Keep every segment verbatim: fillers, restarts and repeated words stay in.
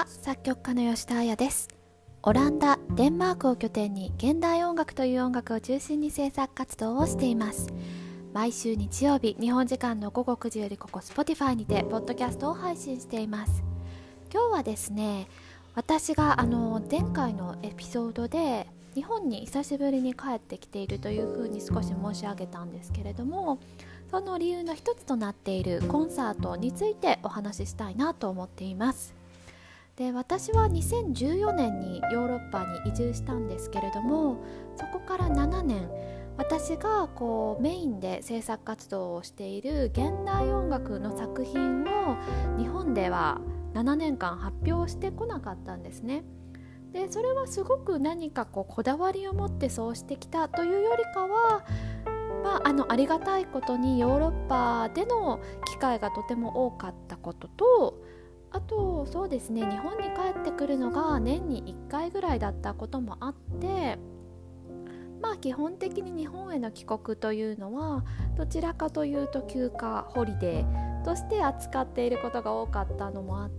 作曲家の吉田彩です。オランダ、デンマークを拠点に現代音楽という音楽を中心に制作活動をしています。毎週日曜日、日本時間の午後くじよりここ Spotify にてポッドキャストを配信しています。今日はですね、私があの前回のエピソードで日本に久しぶりに帰ってきているというふうに少し申し上げたんですけれども、その理由の一つとなっているコンサートについてお話ししたいなと思っています。で、私はにせんじゅうよねんにヨーロッパに移住したんですけれども、そこからななねん、私がこうメインで制作活動をしている現代音楽の作品を日本ではななねんかん発表してこなかったんですね。で、それはすごく何かこうこだわりを持ってそうしてきたというよりかは、まあ、あのありがたいことにヨーロッパでの機会がとても多かったことと、あとそうですね、日本に帰ってくるのが年にいっかいぐらいだったこともあって、まあ基本的に日本への帰国というのはどちらかというと休暇ホリデーとして扱っていることが多かったのもあって、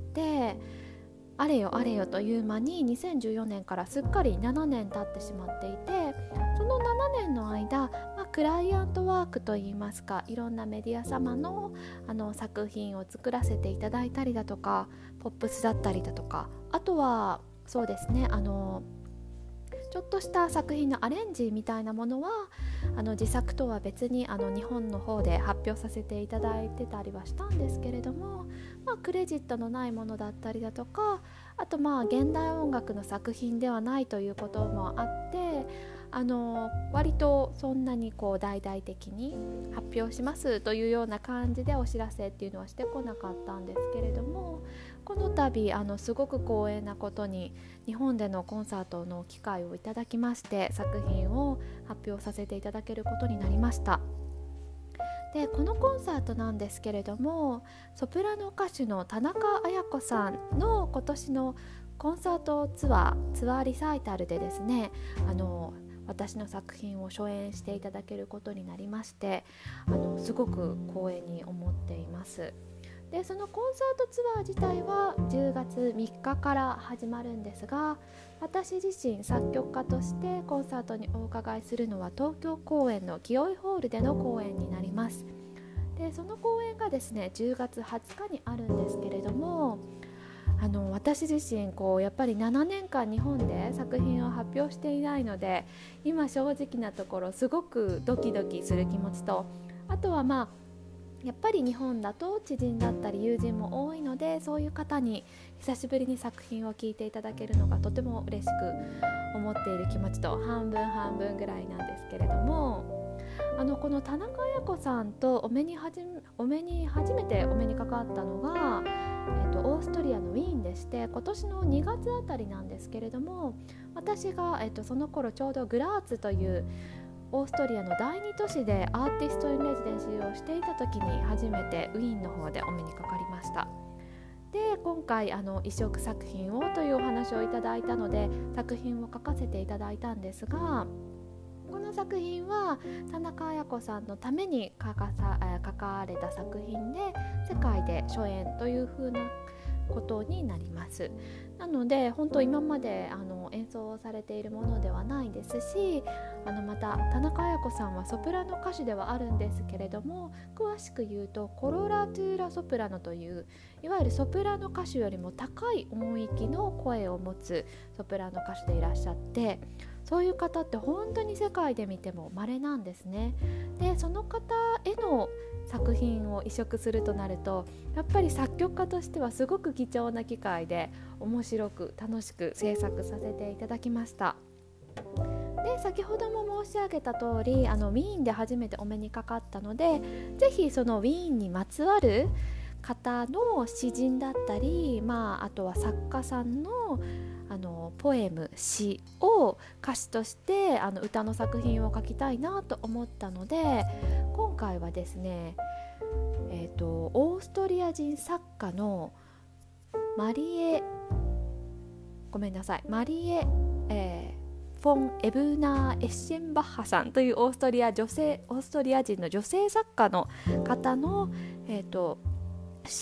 あれよあれよという間ににせんじゅうよねんからすっかりななねん経ってしまっていて、そのななねんの間、まあ、クライアントワークといいますか、いろんなメディア様の、あの作品を作らせていただいたりだとか、ポップスだったりだとか、あとはそうですね、あのちょっとした作品のアレンジみたいなものはあの自作とは別にあの日本の方で発表させていただいてたりはしたんですけれども、まあ、クレジットのないものだったりだとか、あとまあ現代音楽の作品ではないということもあって、あの割とそんなにこう大々的に発表しますというような感じでお知らせっていうのはしてこなかったんですけれども、この度あのすごく光栄なことに日本でのコンサートの機会をいただきまして、作品を発表させていただけることになりました。で、このコンサートなんですけれども、ソプラノ歌手の田中綾子さんの今年のコンサートツアーツアーリサイタルでですね、あの私の作品を初演していただけることになりまして、あのすごく光栄に思っています。で、そのコンサートツアー自体はじゅうがつみっかから始まるんですが、私自身作曲家としてコンサートにお伺いするのは東京公演の清居ホールでの公演になります。で、その公演がですねじゅうがつはつかにあるんですけれども、あの私自身こうやっぱりななねんかん日本で作品を発表していないので、今正直なところすごくドキドキする気持ちと、あとはまあやっぱり日本だと知人だったり友人も多いので、そういう方に久しぶりに作品を聴いていただけるのがとても嬉しく思っている気持ちと半分半分ぐらいなんですけれども、あのこの田中綾子さんとお目にはじお目に初めてお目にかかったのが、えーと、オーストリアのウィーンでして、今年のにがつあたりなんですけれども、私が、えーと、その頃ちょうどグラーツというオーストリアのだいに都市でアーティストインレジデンシーをしていた時に初めてウィーンの方でお目にかかりました。で、今回あの移植作品をというお話をいただいたので、作品を書かせていただいたんですが、この作品は田中綾子さんのために書かさ、えー、書かれた作品で、世界で初演という風なことになります。なので本当今まであの演奏されているものではないですし、あのまた田中綾子さんはソプラノ歌手ではあるんですけれども、詳しく言うとコロラトゥーラソプラノといういわゆるソプラノ歌手よりも高い音域の声を持つソプラノ歌手でいらっしゃって、そういう方って本当に世界で見ても稀なんですね。で、その方への作品を移植するとなると、やっぱり作曲家としてはすごく貴重な機会で、面白く楽しく制作させていただきました。で、先ほども申し上げた通り、あのウィーンで初めてお目にかかったので、ぜひそのウィーンにまつわる方の詩人だったり、まあ、あとは作家さんのあのポエム、詩を歌詞としてあの歌の作品を書きたいなと思ったので、今回はですね、えーと、オーストリア人作家のマリエごめんなさいマリエ、えー、フォン・エブナー・エッシェンバッハさんというオーストリア女性オーストリア人の女性作家の方の、えーと、詩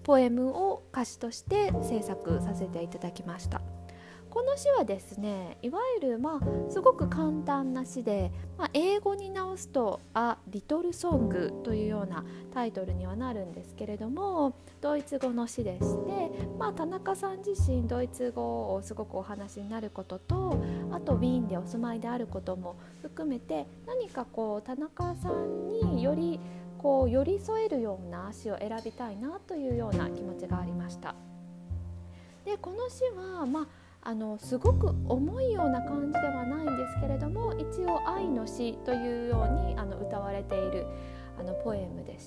ポエムを歌詞として制作させていただきました。この詩はですね、いわゆるまあすごく簡単な詩で、まあ、英語に直すと A Little Song というようなタイトルにはなるんですけれども、ドイツ語の詩でして、まあ、田中さん自身ドイツ語をすごくお話になることと、あとウィーンでお住まいであることも含めて、何かこう田中さんによりこう寄り添えるような詩を選びたいなというような気持ちがありました。でこの詩はまああのすごく重いような感じではないんですけれども、一応愛の詩というようにあの歌われているあのポエムでして、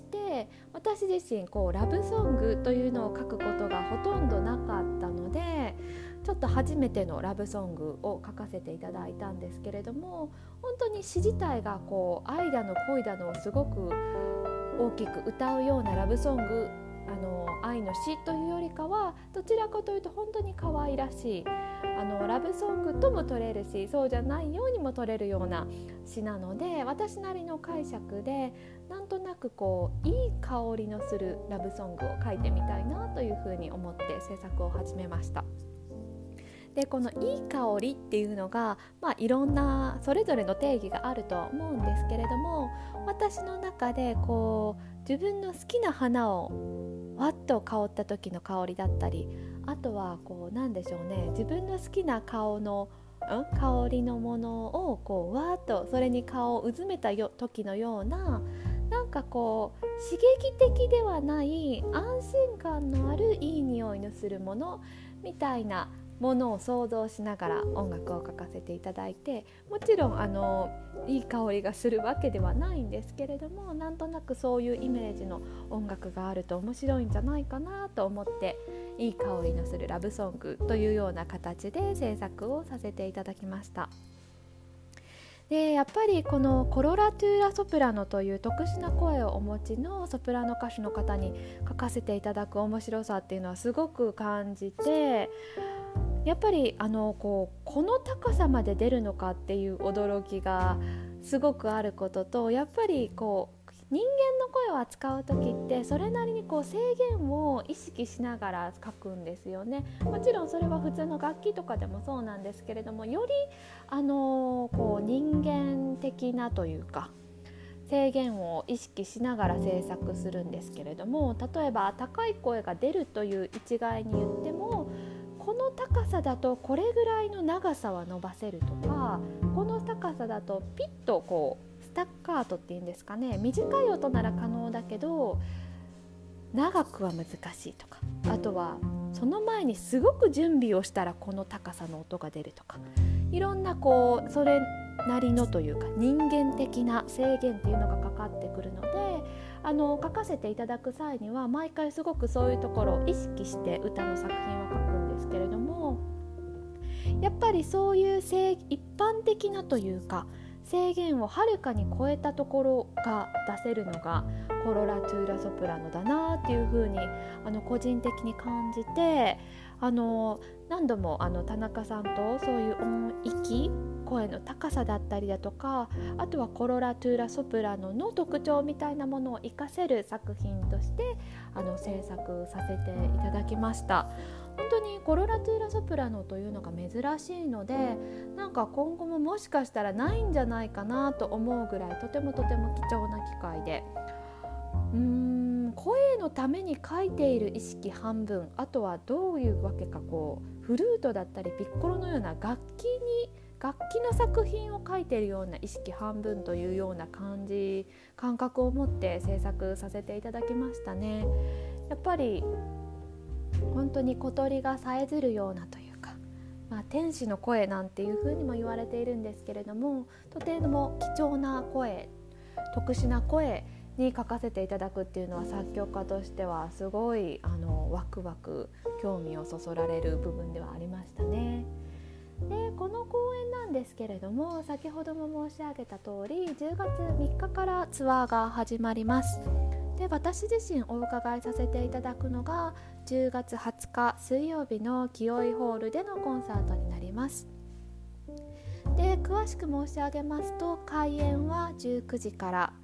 私自身こうラブソングというのを書くことがほとんどなかったので、ちょっと初めてのラブソングを書かせていただいたんですけれども、本当に詩自体がこう愛だの恋だのをすごく大きく歌うようなラブソング、あの愛の詩というよりかはどちらかというと本当に可愛らしいあのラブソングとも取れるし、そうじゃないようにも取れるような詩なので、私なりの解釈でなんとなくこういい香りのするラブソングを書いてみたいなというふうに思って制作を始めました。でこのいい香りっていうのが、まあ、いろんなそれぞれの定義があるとは思うんですけれども、私の中でこう自分の好きな花をわっと香った時の香りだったり、あとはこうなんでしょうね、自分の好きな顔のん香りのものをこうわっとそれに顔をうずめたよ時のような、なんかこう刺激的ではない安心感のあるいい匂いのするものみたいなものを想像しながら音楽を書かせていただいて、もちろんあのいい香りがするわけではないんですけれども、なんとなくそういうイメージの音楽があると面白いんじゃないかなと思って、いい香りのするラブソングというような形で制作をさせていただきました。でやっぱりこのコロラトゥーラソプラノという特殊な声をお持ちのソプラノ歌手の方に書かせていただく面白さっていうのはすごく感じて、やっぱりあのこうこの高さまで出るのかっていう驚きがすごくあることと、やっぱりこう人間の声を扱う時ってそれなりにこう制限を意識しながら書くんですよね。もちろんそれは普通の楽器とかでもそうなんですけれども、よりあのこう人間的なというか制限を意識しながら制作するんですけれども、例えば高い声が出るという一概に言っても、この高さだとこれぐらいの長さは伸ばせるとか、この高さだとピッとこうスタッカートっていうんですかね、短い音なら可能だけど長くは難しいとか、あとはその前にすごく準備をしたらこの高さの音が出るとか、いろんなこうそれなりのというか人間的な制限っていうのがかかってくるので、あの書かせていただく際には毎回すごくそういうところを意識して歌の作品を書くんですけれども、やっぱりそういう一般的なというか制限をはるかに超えたところが出せるのがコロラトゥーラソプラノだなっていうふうにあの個人的に感じて、あの何度もあの田中さんとそういう音域声の高さだったりだとか、あとはコロラトゥーラソプラノの特徴みたいなものを活かせる作品としてあの制作させていただきました。本当にコロラトゥーラソプラノというのが珍しいので、なんか今後ももしかしたらないんじゃないかなと思うぐらいとてもとても貴重な機会で、うーん声のために書いている意識半分、あとはどういうわけかこうフルートだったりピッコロのような楽器に楽器の作品を書いているような意識半分というような感じ感覚を持って制作させていただきましたね。やっぱり本当に小鳥がさえずるようなというか、まあ、天使の声なんていう風にも言われているんですけれども、とても貴重な声、特殊な声に書かせていただくっていうのは作曲家としてはすごいあのワクワク興味をそそられる部分ではありましたね。でこの公演なんですけれども、先ほども申し上げた通りじゅうがつみっかからツアーが始まります。で私自身お伺いさせていただくのがじゅうがつはつか水曜日の清居ホールでのコンサートになります。で詳しく申し上げますと、開演はじゅうくじから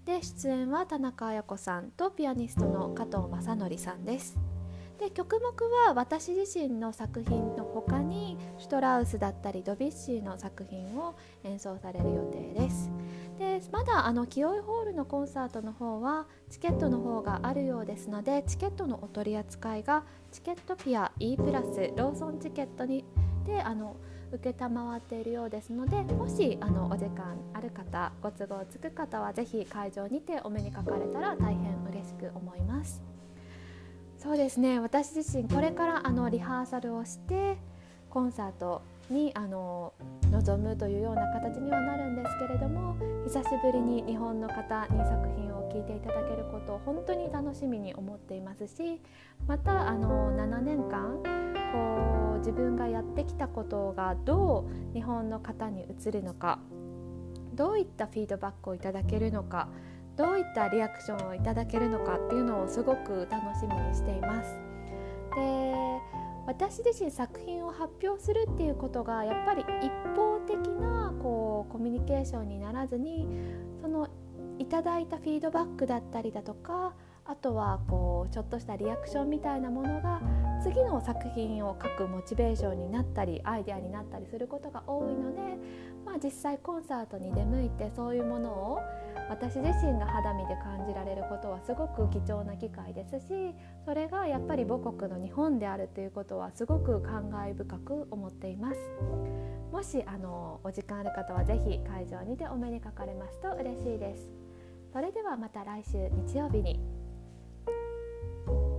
で出演は田中綾子さんとピアニストの加藤正則さんです。で曲目は私自身の作品の他にシュトラウスだったりドビュッシーの作品を演奏される予定です。でまだあのキオイホールのコンサートの方はチケットの方があるようですので、チケットのお取り扱いがチケットピア E プラスローソンチケットにであの受けたまわっているようですので、もしあのお時間ある方、ご都合つく方はぜひ会場にてお目にかかれたら大変嬉しく思います。そうですね、私自身これからあのリハーサルをしてコンサートにあの臨むというような形にはなるんですけれども、久しぶりに日本の方に作品を聴いていただけることを本当に楽しみに思っていますし、またあのななねんかんこう自分がやってきたことがどう日本の方に移るのか、どういったフィードバックをいただけるのか、どういったリアクションをいただけるのかっていうのをすごく楽しみにしています。で、私自身作品を発表するっていうことがやっぱり一方的なこうコミュニケーションにならずに、そのいただいたフィードバックだったりだとか、あとはこうちょっとしたリアクションみたいなものが次の作品を書くモチベーションになったりアイデアになったりすることが多いので、まあ、実際コンサートに出向いてそういうものを私自身が肌身で感じられることはすごく貴重な機会ですし、それがやっぱり母国の日本であるということはすごく感慨深く思っています。もしあのお時間ある方はぜひ会場にてお目にかかれますと嬉しいです。それではまた来週日曜日に。